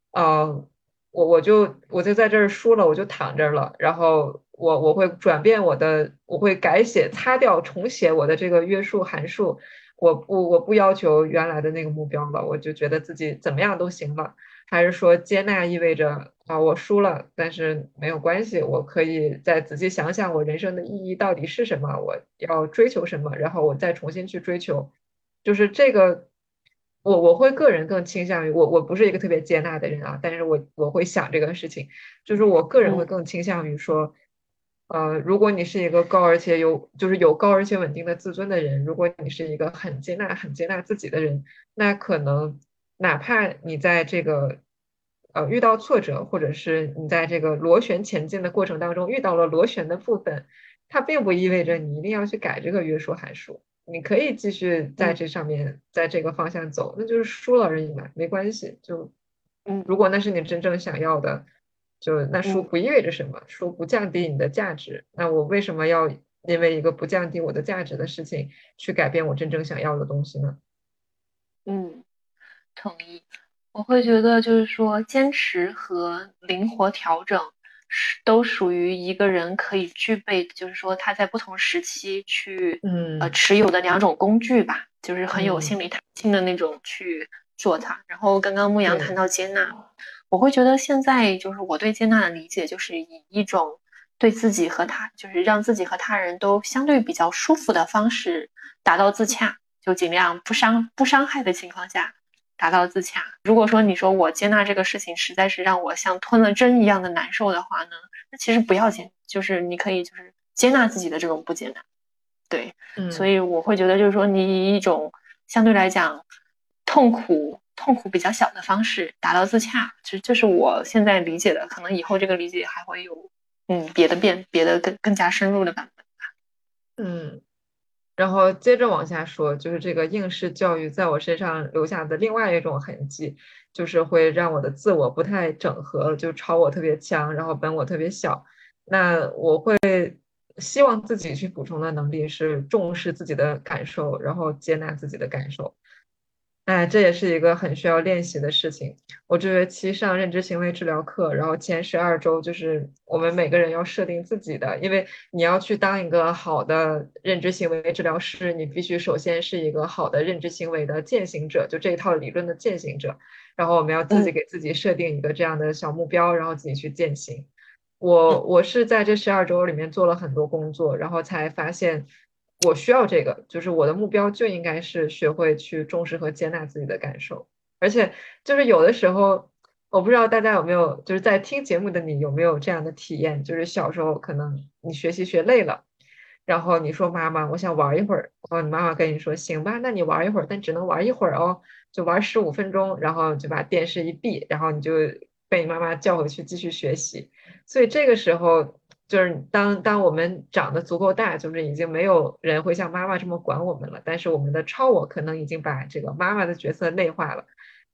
我就在这儿输了，我就躺这儿了，然后我会转变我会改写、擦掉、重写我的这个约束函数。我不要求原来的那个目标了，我就觉得自己怎么样都行了。还是说接纳意味着啊，我输了，但是没有关系，我可以再仔细想想我人生的意义到底是什么，我要追求什么，然后我再重新去追求。就是这个，我会个人更倾向于我不是一个特别接纳的人啊，但是我会想这个事情。就是我个人会嗯更倾向于说。如果你是一个就是有高而且稳定的自尊的人，如果你是一个很接纳自己的人，那可能哪怕你在这个遇到挫折，或者是你在这个螺旋前进的过程当中遇到了螺旋的部分，它并不意味着你一定要去改这个约束函数，你可以继续在嗯这上面，在这个方向走，那就是输了而已嘛，没关系。就嗯如果那是你真正想要的。就那输嗯不意味着什么，输不降低你的价值。那我为什么要因为一个不降低我的价值的事情去改变我真正想要的东西呢？ 嗯，同意。我会觉得就是说，坚持和灵活调整都属于一个人可以具备，就是说他在不同时期去嗯持有的两种工具吧，就是很有嗯， 心理弹性的那种去做它。然后刚刚牧羊谈对， 到接纳，我会觉得现在就是我对接纳的理解，就是以一种对自己和他，就是让自己和他人都相对比较舒服的方式达到自洽，就尽量不伤害的情况下。达到自洽。如果说你说我接纳这个事情实在是让我像吞了针一样的难受的话呢，那其实不要紧，就是你可以就是接纳自己的这种不接纳。对，所嗯。 以我会觉得就是说你以一种相对来讲痛苦比较小的方式达到自洽，其实这是我现在理解的，可能以后这个理解还会有别的更加深入的版本。 嗯。然后接着往下说，就是这个应试教育在我身上留下的另外一种痕迹，就是会让我的自我不太整合，就超我特别强，然后本我特别小。那我会希望自己去补充的能力是重视自己的感受，然后接纳自己的感受。哎，这也是一个很需要练习的事情。我这学期上认知行为治疗课，然后前12周就是我们每个人要设定自己的，因为你要去当一个好的认知行为治疗师，你必须首先是一个好的认知行为的践行者，就这一套理论的践行者。然后我们要自己嗯给自己设定一个这样的小目标，然后自己去践行。我是在这12周里面做了很多工作，然后才发现我需要这个，就是我的目标就应该是学会去重视和接纳自己的感受。而且就是有的时候，我不知道大家有没有，就是在听节目的你有没有这样的体验，就是小时候可能你学习学累了，然后你说妈妈，我想玩一会儿，然后你妈妈跟你说行吧，那你玩一会儿，但只能玩一会儿哦，就玩15分钟，然后就把电视一闭，然后你就被你妈妈叫回去继续学习。所以这个时候，就是当我们长得足够大，就是已经没有人会像妈妈这么管我们了，但是我们的超我可能已经把这个妈妈的角色内化了。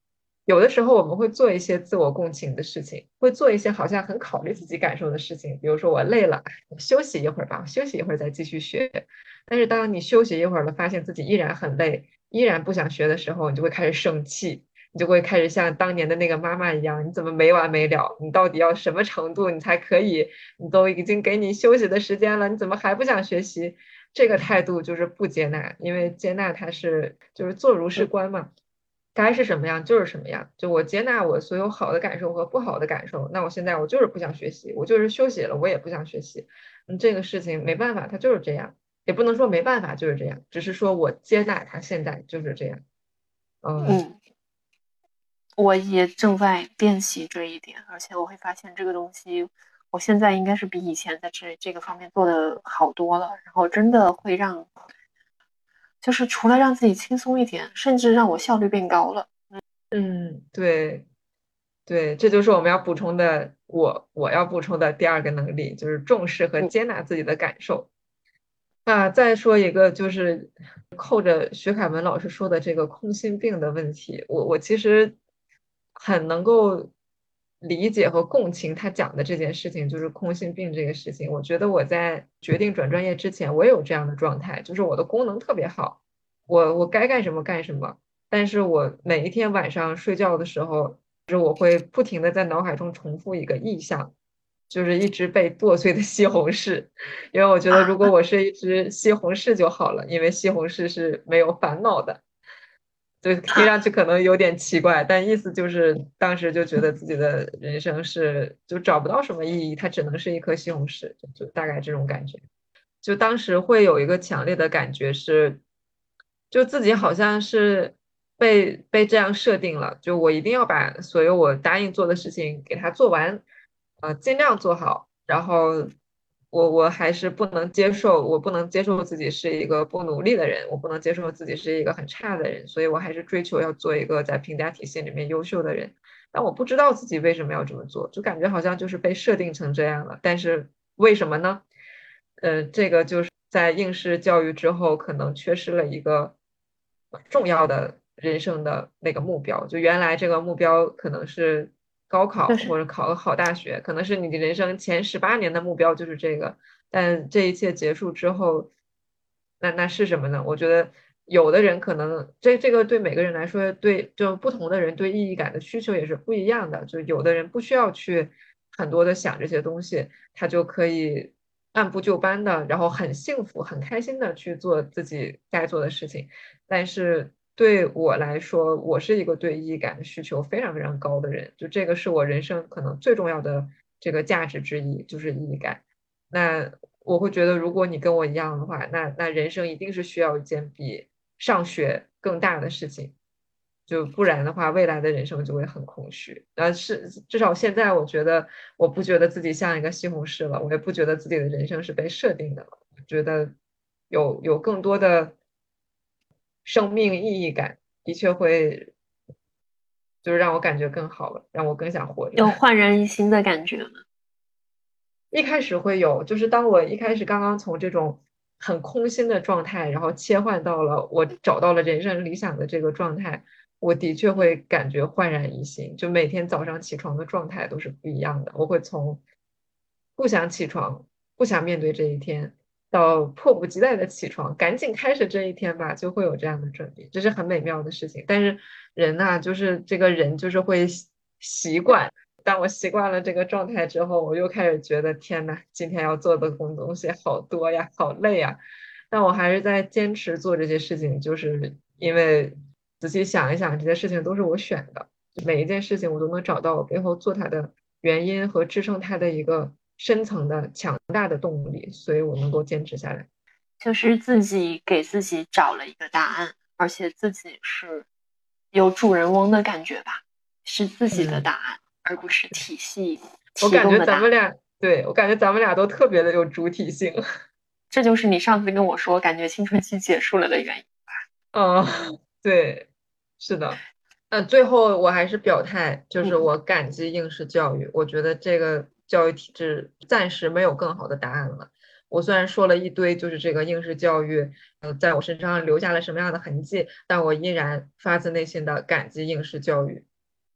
有的时候我们会做一些自我共情的事情，会做一些好像很考虑自己感受的事情，比如说我累了，我休息一会儿吧，我休息一会儿再继续学。但是当你休息一会儿了，发现自己依然很累，依然不想学的时候，你就会开始生气，你就会开始像当年的那个妈妈一样，你怎么没完没了？你到底要什么程度你才可以？你都已经给你休息的时间了，你怎么还不想学习？这个态度就是不接纳，因为接纳它是就是做如是观嘛。该是什么样就是什么样，就我接纳我所有好的感受和不好的感受。那我现在我就是不想学习，我就是休息了，我也不想学习。这个事情没办法，它就是这样，也不能说没办法就是这样，只是说我接纳它现在就是这样。嗯嗯，我也正在练习这一点，而且我会发现这个东西，我现在应该是比以前在这个方面做的好多了，然后真的会让，就是除了让自己轻松一点，甚至让我效率变高了。 嗯，对对，这就是我们要补充的，我要补充的第二个能力，就是重视和嗯， 接纳自己的感受。啊，再说一个，就是扣着徐凯文老师说的这个空心病的问题，我其实很能够理解和共情他讲的这件事情，就是空心病这个事情。我觉得我在决定转专业之前，我也有这样的状态，就是我的功能特别好，我该干什么干什么，但是我每一天晚上睡觉的时候，就是我会不停的在脑海中重复一个意象，就是一只被剁碎的西红柿。因为我觉得如果啊， 我是一只西红柿就好了，因为西红柿是没有烦恼的。就听上去可能有点奇怪，但意思就是当时就觉得自己的人生是就找不到什么意义，它只能是一颗西红柿，就大概这种感觉。就当时会有一个强烈的感觉是，就自己好像是被这样设定了，就我一定要把所有我答应做的事情给它做完，尽量做好。然后我还是不能接受，我不能接受自己是一个不努力的人，我不能接受自己是一个很差的人，所以我还是追求要做一个在评价体系里面优秀的人。但我不知道自己为什么要这么做，就感觉好像就是被设定成这样了。但是为什么呢？这个就是在应试教育之后，可能缺失了一个重要的人生的那个目标。就原来这个目标可能是高考就是或者考个好大学，可能是你的人生前18年的目标就是这个。但这一切结束之后，那是什么呢？我觉得有的人可能这个对每个人来说，对就不同的人对意义感的需求也是不一样的。就有的人不需要去很多的想这些东西，他就可以按部就班的，然后很幸福、很开心的去做自己该做的事情。但是对我来说，我是一个对意义感的需求非常非常高的人，就这个是我人生可能最重要的这个价值之一，就是意义感。那我会觉得，如果你跟我一样的话，那人生一定是需要一件比上学更大的事情，就不然的话，未来的人生就会很空虚。是至少现在，我觉得我不觉得自己像一个西红柿了，我也不觉得自己的人生是被设定的了，我觉得有更多的生命意义感，的确会就是让我感觉更好了，让我更想活着。 有焕然一新的感觉了。 一开始会有，就是当我一开始刚刚从这种很空心的状态，然后切换到了我找到了人生理想的这个状态，我的确会感觉焕然一新，就每天早上起床的状态都是不一样的。我会从不想起床、不想面对这一天，到迫不及待的起床，赶紧开始这一天吧，就会有这样的转变，这是很美妙的事情。但是人呐、就是这个人就是会习惯。当我习惯了这个状态之后，我又开始觉得天呐，今天要做的东西好多呀，好累呀。但我还是在坚持做这些事情，就是因为仔细想一想，这些事情都是我选的，每一件事情我都能找到我背后做它的原因和支撑它的一个深层的强大的动力，所以我能够坚持下来。 就是自己给自己找了一个答案，而且自己是有主人翁的感觉吧，是自己的嗯， 答案，而不是体系提我感觉供的答案。 咱们俩，对，我感觉咱们俩都特别的有主体性。 这就是你上次跟我说感觉青春期结束了的原因。 嗯，对，是的。最后我还是表态，就是嗯， 我感激应试教育，我觉得这个教育体制暂时没有更好的答案了。我虽然说了一堆，就是这个应试教育，在我身上留下了什么样的痕迹，但我依然发自内心的感激应试教育。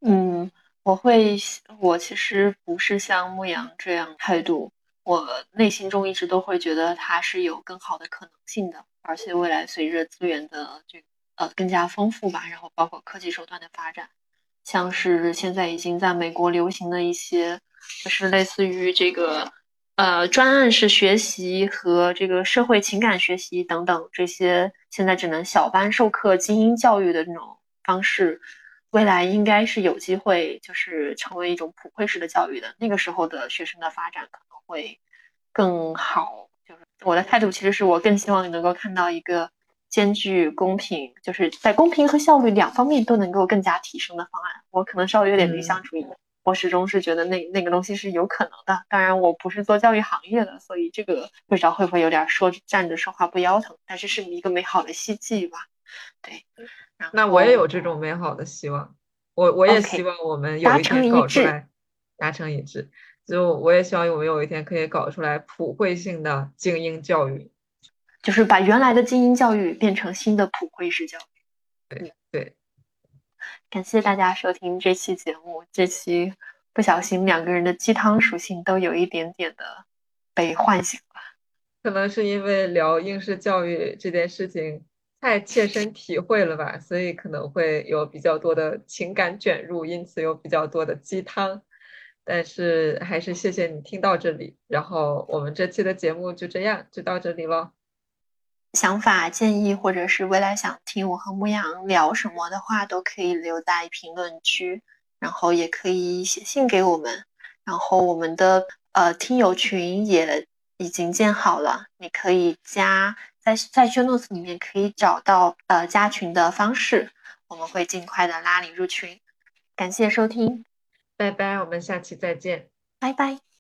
嗯，我其实不是像牧羊这样态度，我内心中一直都会觉得它是有更好的可能性的，而且未来随着资源的更加丰富吧，然后包括科技手段的发展，像是现在已经在美国流行的一些，就是类似于这个专案式学习和这个社会情感学习等等这些，现在只能小班授课精英教育的这种方式。未来应该是有机会，就是成为一种普惠式的教育的。那个时候的学生的发展可能会更好。就是我的态度，其实是我更希望能够看到一个兼具公平，就是在公平和效率两方面都能够更加提升的方案。我可能稍微有点理想嗯， 主义，我始终是觉得那个东西是有可能的。当然，我不是做教育行业的，所以这个不知道会不会有点站着说话不腰疼，但是是一个美好的希冀吧。对，然那我也后有这种美好的希望，我也希 OK。 望我们有达成一天一致， 搞出来，达成一致。就我也希望我们有一天可以搞出来普惠性的精英教育。 就是把原来的精英教育变成新的普惠式教育。 对对， 感谢大家收听这期节目，这期不小心两个人的鸡汤属性都有一点点的被唤醒了。 可能是因为聊应试教育这件事情太切身体会了吧，所以可能会有比较多的情感卷入，因此有比较多的鸡汤。但是还是谢谢你听到这里，然后我们这期的节目就这样，就到这里了。 想法、建议，或者是未来想听我和牧羊聊什么的话，都可以留在评论区，然后也可以写信给我们。然后我们的听友群也已经建好了，你可以加在 show notes 里面可以找到加群的方式，我们会尽快的拉你入群。感谢收听， 拜拜，我们下期再见。 拜拜。